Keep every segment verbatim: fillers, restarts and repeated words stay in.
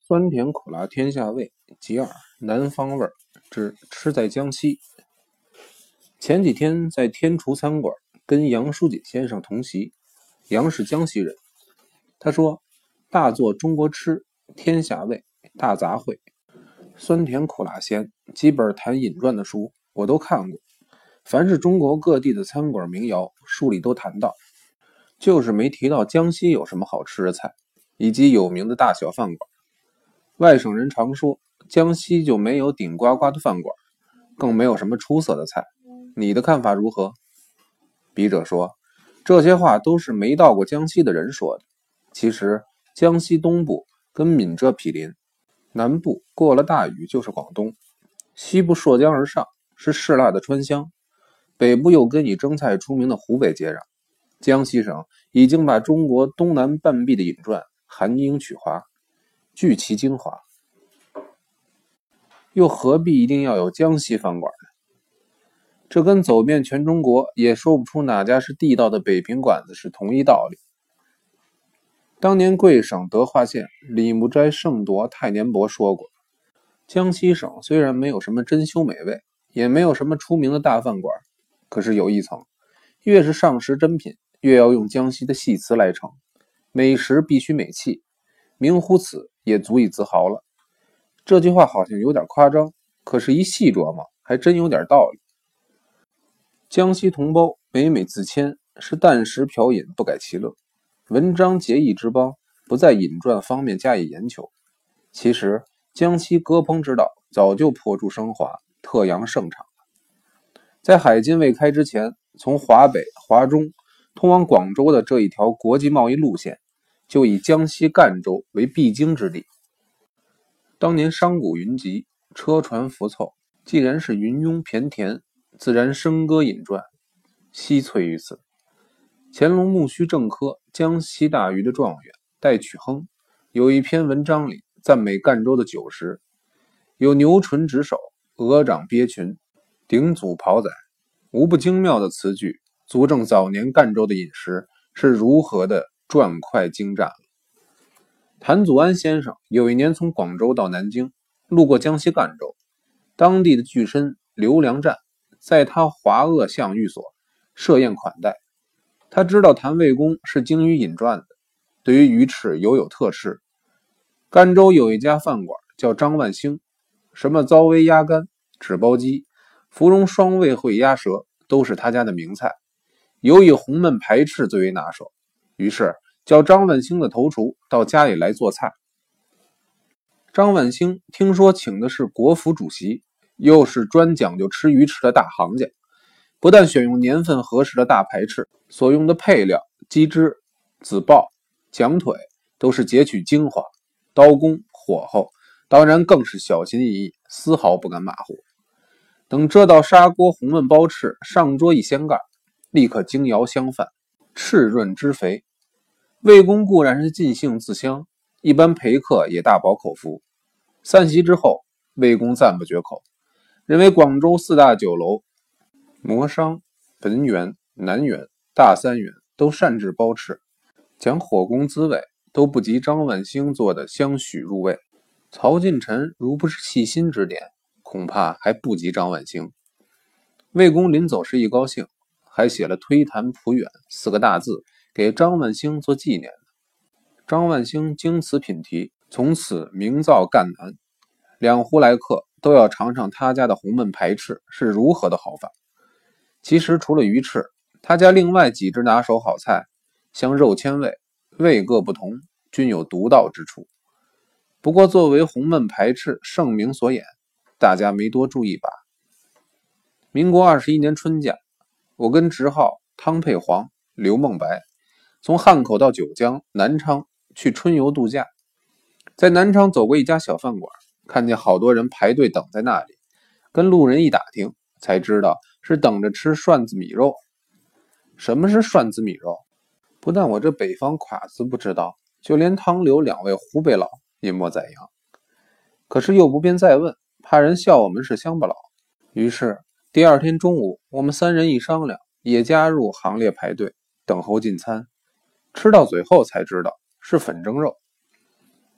酸甜苦辣天下味，其二南方味之吃在江西。前几天在天厨餐馆跟杨书锦先生同席，杨是江西人，他说大做中国吃，天下味，大杂烩，酸甜苦辣鲜，几本谈饮馔的书我都看过，凡是中国各地的餐馆名肴书里都谈到，就是没提到江西有什么好吃的菜，以及有名的大小饭馆。外省人常说江西就没有顶呱呱的饭馆，更没有什么出色的菜，你的看法如何？笔者说，这些话都是没到过江西的人说的。其实江西东部跟闽浙毗邻，南部过了大雨就是广东，西部溯江而上是嗜辣的川湘，北部又跟以蒸菜出名的湖北接壤。江西省已经把中国东南半壁的饮馔含英取华，聚其精华，又何必一定要有江西饭馆呢？这跟走遍全中国也说不出哪家是地道的北平馆子是同一道理。当年贵省德化县李木斋圣铎太年伯说过，江西省虽然没有什么珍馐美味，也没有什么出名的大饭馆，可是有一层，越是上食珍品，越要用江西的戏词来称，美食必须美气，名乎此也足以自豪了。这句话好像有点夸张，可是一细琢磨还真有点道理。江西同胞每每自谦，是啖食瓢饮不改其乐，文章节义之邦，不在饮馔方面加以研求。其实江西割烹之道早就颇著升华，特扬盛场了。在海禁未开之前，从华北、华中通往广州的这一条国际贸易路线，就以江西赣州为必经之地。当年商贾云集，车船浮凑，既然是云涌骈田，自然笙歌饮馔，悉萃于此。乾隆戊戌正科江西大鱼的状元戴曲亨有一篇文章里赞美赣州的酒食，有牛唇直手，鹅掌鳖裙，顶祖庖仔，无不精妙的词句，足证早年赣州的饮食是如何的馔快精湛了。谭祖安先生有一年从广州到南京，路过江西赣州，当地的巨绅刘良湛在他华鄂相寓所设宴款待。他知道谭魏公是精于饮馔的，对于鱼翅犹有特吃。赣州有一家饭馆叫张万兴，什么糟煨鸭肝、纸包鸡、芙蓉双味烩鸭舌都是他家的名菜，尤以红焖排翅最为拿手，于是叫张万兴的头厨到家里来做菜。张万兴听说请的是国府主席，又是专讲究吃鱼翅的大行家，不但选用年份合适的大排翅，所用的配料鸡汁、子鲍、桨腿都是截取精华，刀工火候当然更是小心翼翼，丝毫不敢马虎。等这道砂锅红焖包翅上桌一掀盖，立刻精肴香饭，赤润汁肥。魏公固然是尽兴自香，一般陪客也大饱口福。散席之后，魏公赞不绝口，认为广州四大酒楼摩商、本源、南源、大三元都擅制包翅，讲火功滋味都不及张万兴做的香许入味。曹近臣如不是细心指点，恐怕还不及张万兴。魏公临走时一高兴，还写了推坛普远四个大字给张万兴做纪念。张万兴经此品题，从此名噪赣南，两湖来客都要尝尝他家的红焖排翅是如何的好法。其实除了鱼翅，他家另外几只拿手好菜，像肉签味，味各不同，均有独到之处。不过作为红焖排翅盛名所掩，大家没多注意吧。民国二十一年春假，我跟直号、汤佩煌、刘梦白从汉口到九江、南昌去春游度假。在南昌走过一家小饭馆，看见好多人排队等在那里，跟路人一打听，才知道是等着吃涮子米肉。什么是涮子米肉？不但我这北方侉子不知道，就连汤刘两位湖北佬也莫在扬。可是又不便再问，怕人笑我们是乡巴佬。于是第二天中午，我们三人一商量，也加入行列排队等候进餐。吃到嘴后才知道是粉蒸肉。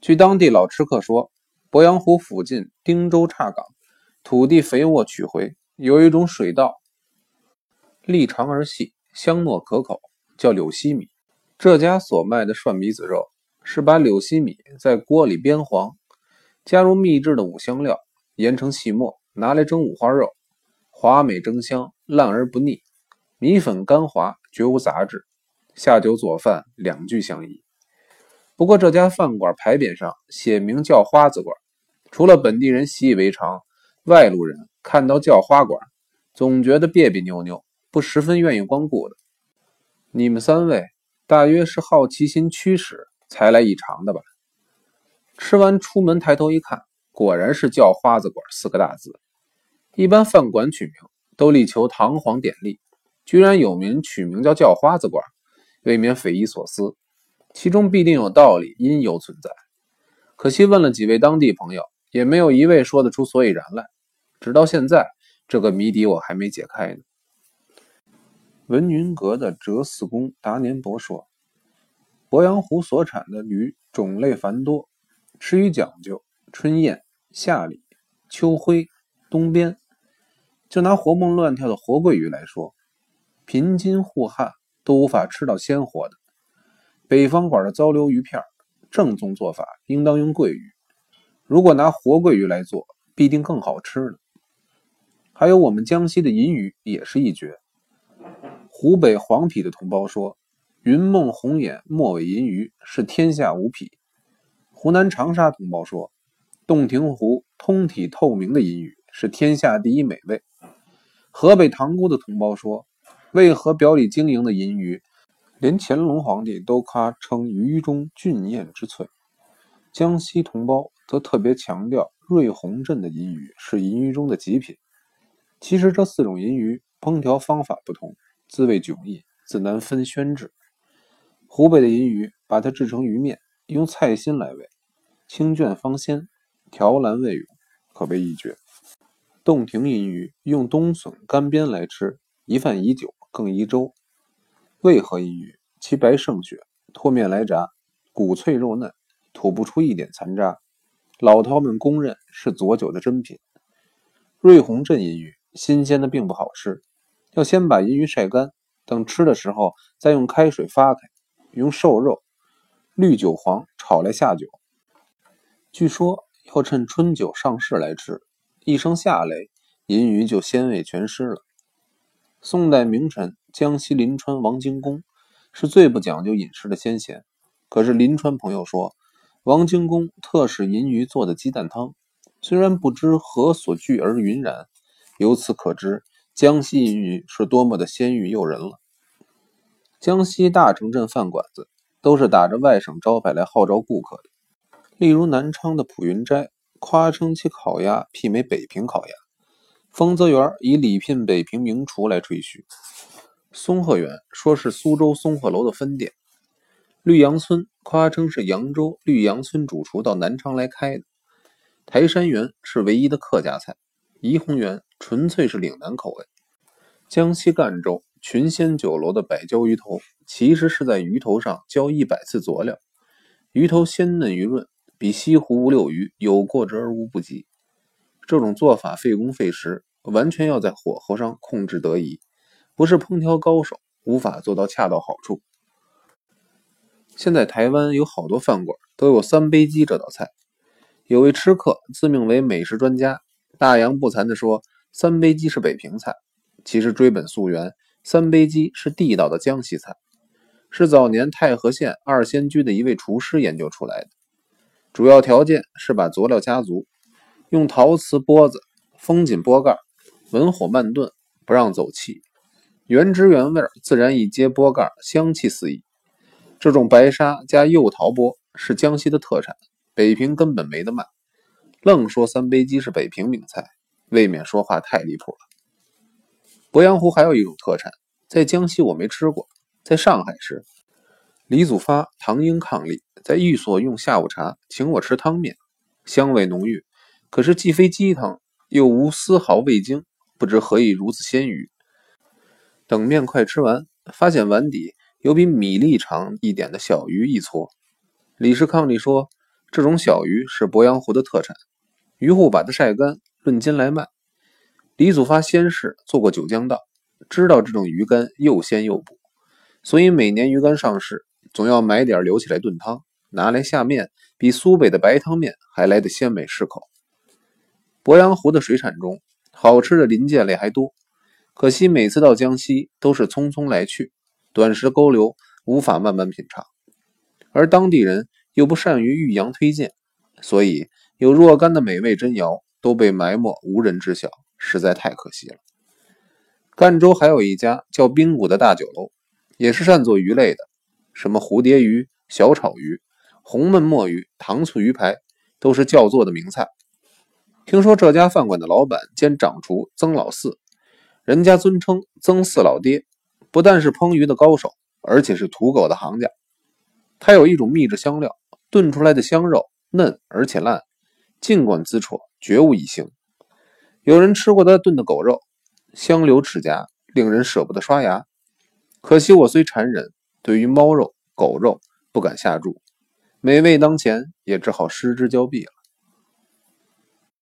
据当地老吃客说，鄱阳湖附近汀州岔港，土地肥沃曲回，有一种水稻，粒长而细，香糯可口，叫柳溪米。这家所卖的涮米子肉是把柳溪米在锅里煸黄，加入秘制的五香料，研成细末，拿来蒸五花肉，滑美蒸香，烂而不腻，米粉干滑，绝无杂质，下酒佐饭两具相宜。不过这家饭馆牌匾上写明叫花子馆，除了本地人习以为常，外路人看到叫花馆总觉得别别扭扭，不十分愿意光顾的。你们三位大约是好奇心驱使才来一尝的吧？吃完出门抬头一看，果然是叫花子馆四个大字。一般饭馆取名都力求堂皇典丽，居然有名取名叫叫花子馆，未免匪夷所思，其中必定有道理，因由存在。可惜问了几位当地朋友，也没有一位说得出所以然来。直到现在，这个谜底我还没解开呢。文云阁的哲四公达年伯说，鄱阳湖所产的鱼种类繁多，吃鱼讲究春宴、夏礼、秋徽、冬鞭。就拿活蹦乱跳的活桂鱼来说，贫津户汉都无法吃到鲜活的。北方馆的糟溜鱼片，正宗做法应当用桂鱼，如果拿活桂鱼来做，必定更好吃呢。还有我们江西的银鱼也是一绝。湖北黄陂的同胞说，云梦红眼末尾银鱼是天下无匹。湖南长沙同胞说，洞庭湖通体透明的银鱼是天下第一美味。河北塘沽的同胞说，为何表里晶莹的银鱼连乾隆皇帝都夸称鱼中俊艳之翠。江西同胞则特别强调瑞红镇的银鱼是银鱼中的极品。其实这四种银鱼烹调方法不同，滋味迥异，自难分轩制。湖北的银鱼把它制成鱼面，用菜心来煨，清眷芳鲜，调蓝味永，可谓一绝。洞庭银鱼用冬笋干煸来吃，宜饭宜酒，更宜粥。渭河银鱼其白胜雪，脱面来炸，骨脆肉嫩，吐不出一点残渣，老饕们公认是佐酒的珍品。瑞红镇银鱼新鲜的并不好吃，要先把银鱼晒干，等吃的时候再用开水发开，用瘦肉、绿韭黄炒来下酒。据说要趁春酒上市来吃，一声夏雷，银鱼就鲜味全失了。宋代名臣江西临川王荆公是最不讲究饮食的先贤，可是临川朋友说，王荆公特使银鱼做的鸡蛋汤，虽然不知何所聚而云然，由此可知江西银鱼是多么的鲜芋诱人了。江西大城镇饭馆子都是打着外省招牌来号召顾客的，例如南昌的普云斋夸称其烤鸭媲美北平烤鸭，丰泽园以礼聘北平名厨来吹嘘，松鹤园说是苏州松鹤楼的分店，绿杨村夸称是扬州绿杨村主厨到南昌来开的，台山园是唯一的客家菜，怡红园纯粹是岭南口味。江西赣州群仙酒楼的百椒鱼头，其实是在鱼头上浇一百次佐料，鱼头鲜嫩鱼润，比西湖五柳鱼有过之而无不及。这种做法费工费时，完全要在火候上控制得宜，不是烹调高手无法做到恰到好处。现在台湾有好多饭馆都有三杯鸡这道菜，有位吃客自命为美食专家，大言不惭地说三杯鸡是北平菜。其实追本溯源，三杯鸡是地道的江西菜，是早年太和县二仙居的一位厨师研究出来的。主要条件是把佐料加足，用陶瓷钵子封紧钵盖，文火慢炖，不让走气，原汁原味，自然一揭钵盖，香气四溢。这种白沙加釉陶钵是江西的特产，北平根本没得卖，愣说三杯鸡是北平名菜，未免说话太离谱了。鄱阳湖还有一种特产，在江西我没吃过，在上海时，李祖发、唐英伉俪在寓所用下午茶请我吃汤面，香味浓郁，可是既非鸡汤，又无丝毫味精，不知何以如此鲜鱼。等面快吃完，发现碗底有比米粒长一点的小鱼一撮。李氏伉俪说， 这种小鱼是鄱阳湖的特产，渔户把它晒干，论斤来卖。李祖发先是做过九江道，知道这种鱼干又鲜又补，所以每年鱼干上市，总要买点留起来炖汤，拿来下面，比苏北的白汤面还来得鲜美适口。鄱阳湖的水产中，好吃的鳞介类还多，可惜每次到江西都是匆匆来去，短时勾留，无法慢慢品尝。而当地人又不善于欲扬推荐，所以有若干的美味珍肴都被埋没无人知晓，实在太可惜了。赣州还有一家叫滨谷的大酒楼，也是擅做鱼类的，什么蝴蝶鱼、小炒鱼、红焖墨鱼、糖醋鱼排都是叫座的名菜。听说这家饭馆的老板兼掌厨曾老四，人家尊称曾四老爹，不但是烹鱼的高手，而且是土狗的行家。他有一种秘制香料，炖出来的香肉嫩而且烂，尽管滋戳，绝无一腥。有人吃过他炖的狗肉，香流齿颊，令人舍不得刷牙。可惜我虽馋人，对于猫肉、狗肉不敢下注，美味当前，也只好失之交臂了。